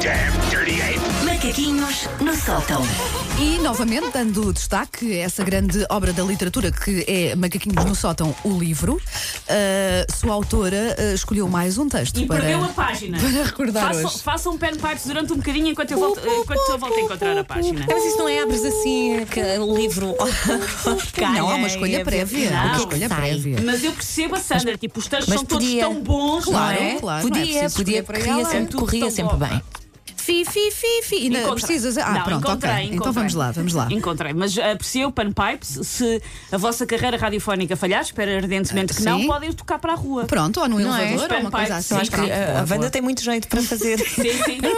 damn dirty ape! Macaquinhos no sótão. E, novamente, dando destaque a essa grande obra da literatura que é Macaquinhos no Sótão, o livro, sua autora escolheu mais um texto E para, perdeu a página. para recordar hoje. Façam um pen pipes durante um bocadinho enquanto eu volto a encontrar a página. Mas isso não é abres assim que o livro. Não, há uma escolha prévia. Não, Há uma o que escolha sai? prévia. Mas eu percebo a Sandra, tipo, os textos mas são todos podia. tão bons, Claro, não é? claro. não é Podia, preciso podia, escolher para corria ela. sempre, tudo corria tão sempre bom. bem. Fi. Ainda Encontrei. precisas. Não, Pronto, encontrei, ok. Então encontrei. vamos lá. Encontrei, mas aprecio o Pan Pipes. Se a vossa carreira radiofónica falhar, espero ardentemente que não, sim. podem tocar para a rua. Pronto, ou no Não é? elevador, ou uma coisa Eu assim. Eu acho que Pronto, a boa. Wanda tem muito jeito para fazer. Sim.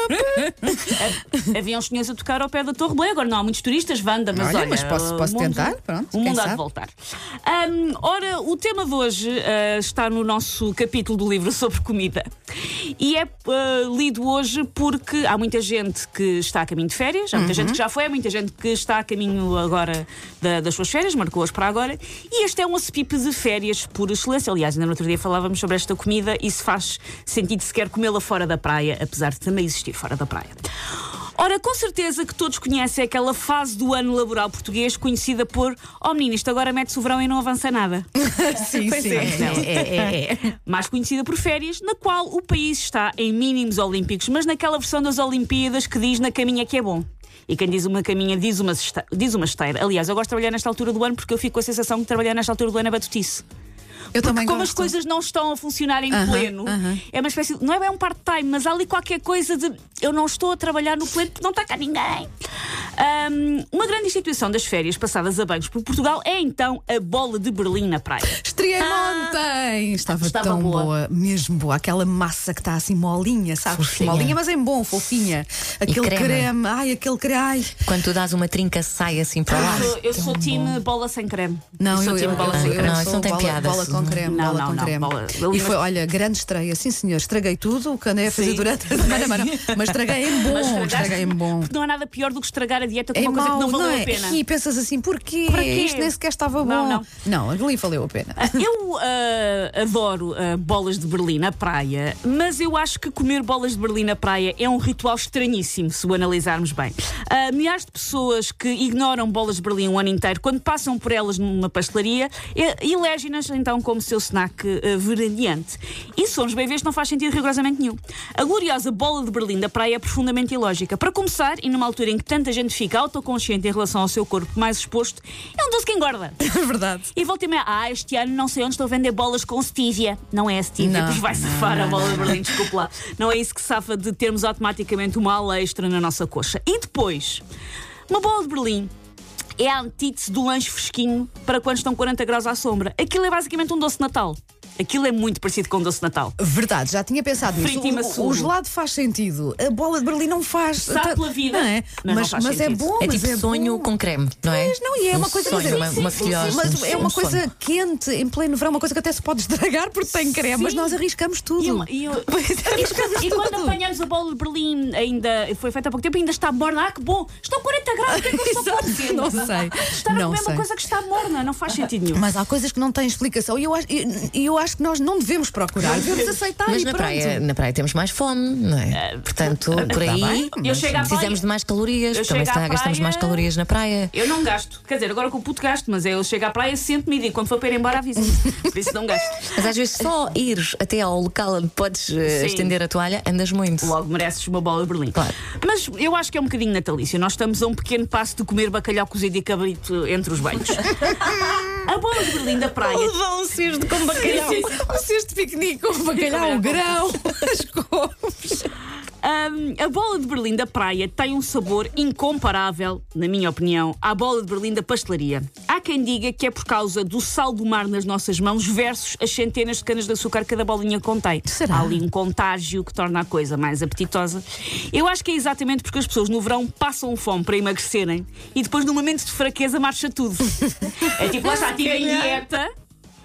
Havia uns senhores a tocar ao pé da Torre Belém. Agora não há muitos turistas, Wanda, mas Olha, olha. mas posso o mundo- tentar, pronto, O quem mundo há de sabe? voltar. Ora, o tema de hoje está no nosso capítulo do livro sobre comida. E é lido hoje porque há muita gente que está a caminho de férias, há muita gente que já foi, há muita gente que está a caminho agora das suas férias, marcou-as para agora. E este é um acepipe de férias por excelência. Aliás, ainda no outro dia falávamos sobre esta comida e se faz sentido sequer comê-la fora da praia, apesar de também existir fora da praia. Ora, com certeza que todos conhecem aquela fase do ano laboral português conhecida por menino, isto agora mete-se o verão e não avança nada. Sim. É. Mais conhecida por férias, na qual o país está em mínimos olímpicos, mas naquela versão das Olimpíadas que diz na caminha que é bom. E quem diz uma caminha diz uma esteira. Aliás, eu gosto de trabalhar nesta altura do ano porque eu fico com a sensação de trabalhar nesta altura do ano é batutice. Eu também Como as gosto. coisas não estão a funcionar em pleno, é uma espécie de, não é bem um part-time, mas há ali qualquer coisa de eu não estou a trabalhar no pleno porque não está cá ninguém. Uma grande instituição das férias passadas a bancos por Portugal é então a Bola de Berlim na praia. Estreiei ontem! Estava tão boa. mesmo boa. Aquela massa que está assim molinha, sabes? Fofinha. Molinha, mas em bom, fofinha. Aquele creme. aquele creme. Ai. Quando tu dás uma trinca, sai assim para lá. Eu sou time bola sem creme. Não, sou time bola sem creme. não, isso não tem piada. Bola com creme, Não, bola não, com não, creme. bola- E foi, olha, grande estreia. Sim, senhor, estraguei tudo o que andei a fazer Sim. durante a semana, mas estraguei em bom. Estraguei em bom. Porque não há nada pior do que estragar a dieta com É uma coisa que mau, não valeu é? a pena. E pensas assim, porquê? Para quê? Isto nem sequer estava bom. Não. Ali valeu a pena. Eu adoro bolas de Berlim na praia, mas eu acho que comer bolas de Berlim na praia é um ritual estranhíssimo, se o analisarmos bem. Milhares de pessoas que ignoram bolas de Berlim o ano inteiro, quando passam por elas numa pastelaria, elegem-nas então como seu snack veraneante. E sons bem-vês não faz sentido rigorosamente nenhum. A gloriosa bola de Berlim da praia é profundamente ilógica. Para começar, e numa altura em que tanta gente fica autoconsciente em relação ao seu corpo mais exposto, é um doce que engorda. É verdade. E volta e meia, este ano não sei onde estou a vender bolas com stevia. Não é stevia, Não, pois vai safar a bola de Berlim, desculpe lá. Não é isso que safa de termos automaticamente uma ala extra na nossa coxa. E depois, uma bola de Berlim é a antítese do lanche fresquinho para quando estão 40 graus à sombra. Aquilo é basicamente um doce de Natal. Aquilo é muito parecido com um doce de Natal. Verdade, já tinha pensado nisso. Frito e maçudo. O gelado faz sentido. A bola de Berlim não faz. Sabe pela vida, Não é? mas não faz mas é sentido. bom. É mas tipo sonho bom. com creme, não é? Mas não, e é uma coisa sonho, uma sim, filhose. mas é uma um coisa sonho. quente, em pleno verão, uma coisa que até se pode estragar porque tem creme, mas nós arriscamos tudo. E quando apanhamos a bola de Berlim, ainda foi feita há pouco tempo, ainda está morna. Que bom! Estão 40 graus, o que é que eu estou Exato, fazendo? não sei. Estar a Não comer sei. uma coisa que está morna, não faz sentido nenhum. Mas há coisas que não têm explicação e eu acho que nós não devemos procurar, devemos aceitar Mas e na pronto. praia temos mais fome, não é? Portanto, por aí bem, Eu chego à praia, precisamos de mais calorias. Eu Também chego à gastamos praia- mais calorias na praia. eu não gasto. Quer dizer, agora com o puto gasto, mas eu chego à praia, sento-me e digo, quando for para ir embora, avisa-me. Por isso não gasto. Mas às vezes só ires até ao local onde podes estender a toalha, andas muito. Logo mereces uma bola de Berlim. Claro. Mas eu acho que é um bocadinho natalício. Nós estamos a um pequeno passo de comer bacalhau cozido e cabrito entre os banhos. A bola de Berlim da praia. Levar um cesto com bacalhau, Sim, sim. um cesto de piquenique com bacalhau, o grão, as couves. A bola de Berlim da praia tem um sabor incomparável, na minha opinião, à bola de Berlim da pastelaria. Há quem diga que é por causa do sal do mar nas nossas mãos versus as centenas de canas de açúcar que cada bolinha contém. Será? Há ali um contágio que torna a coisa mais apetitosa. Eu acho que é exatamente porque as pessoas no verão passam fome para emagrecerem e depois num momento de fraqueza marcha tudo. É tipo, lá está, tive em dieta.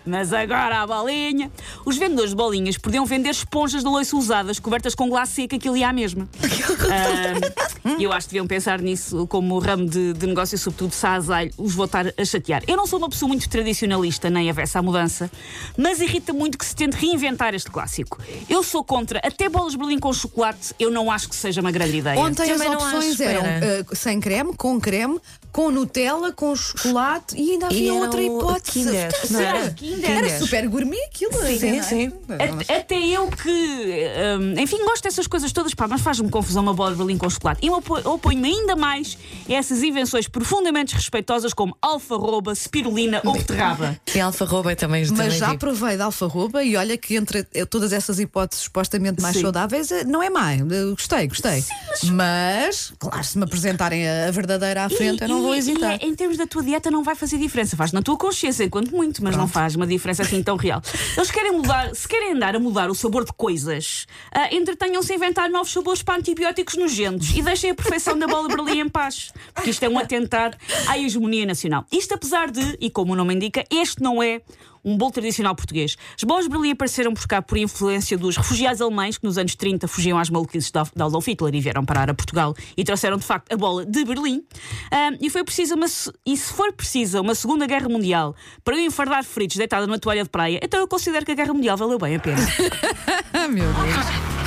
Mas agora a bolinha. Os vendedores de bolinhas podiam vender esponjas de louça usadas, cobertas com glacê, que aquilo ia à mesma. E eu acho que deviam pensar nisso como ramo de negócio, sobretudo se a Azalho os vou estar a chatear. Eu não sou uma pessoa muito tradicionalista, nem avessa à mudança, mas irrita muito que se tente reinventar este clássico. Eu sou contra até bolas de Berlim com chocolate, eu não acho que seja uma grande ideia. Ontem as Também não opções acho, eram espera. sem creme, com Nutella, com chocolate e ainda havia E era outra o hipótese. Kinder, não Era, era? Kinder. Era super gourmet aquilo. Sim, não é? sim. Até eu que, enfim, gosto dessas coisas todas, pá, mas faz-me confusão uma bola de Berlim com chocolate. E eu oponho-me ainda mais a essas invenções profundamente respeitosas como alfarroba, spirulina ou beterraba. E alfarroba também. Mas já vi. provei de alfarroba e olha que entre todas essas hipóteses supostamente mais Sim. saudáveis, não é má. Eu gostei. Mas, claro, se me apresentarem a verdadeira à frente, eu não vou hesitar. Em termos da tua dieta não vai fazer diferença. Faz na tua consciência, enquanto muito, mas não faz uma diferença assim tão real. Eles querem mudar, se querem andar a mudar o sabor de coisas, entretenham-se a inventar novos sabores para antibióticos nojentos e deixem a perfeição da bola de Berlim em paz. Porque isto é um atentar à hegemonia nacional. Isto apesar de, e como o nome indica, este não é um bolo tradicional português. As bolas de Berlim apareceram por cá por influência dos refugiados alemães que nos anos 30 fugiam às maluquices da Adolf Hitler e vieram parar a Portugal e trouxeram de facto a bola de Berlim. E se for precisa uma Segunda Guerra Mundial para eu enfardar fritos deitada numa toalha de praia, então eu considero que a Guerra Mundial valeu bem a pena. Meu Deus.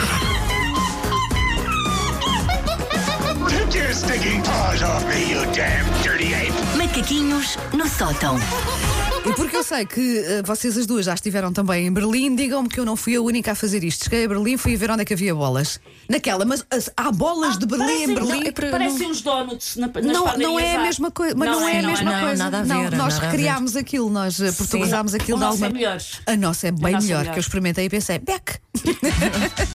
Take your stinking paws off me, you damn dirty ape! Macaquinhos no sótão. E porque eu sei que vocês as duas já estiveram também em Berlim, digam-me que eu não fui a única a fazer isto. Cheguei a Berlim, fui a ver onde é que havia bolas. Naquela, mas há bolas de Berlim em Berlim. Parecem uns donuts nas Não é padarias. a mesma coisa, mas não é a mesma coisa. nada a Não, ver, nós nada a recriámos aquilo, nós portuguesámos aquilo O de nosso alguma é melhor. A nossa é bem nossa é melhor, melhor. que eu experimentei e pensei, Beck.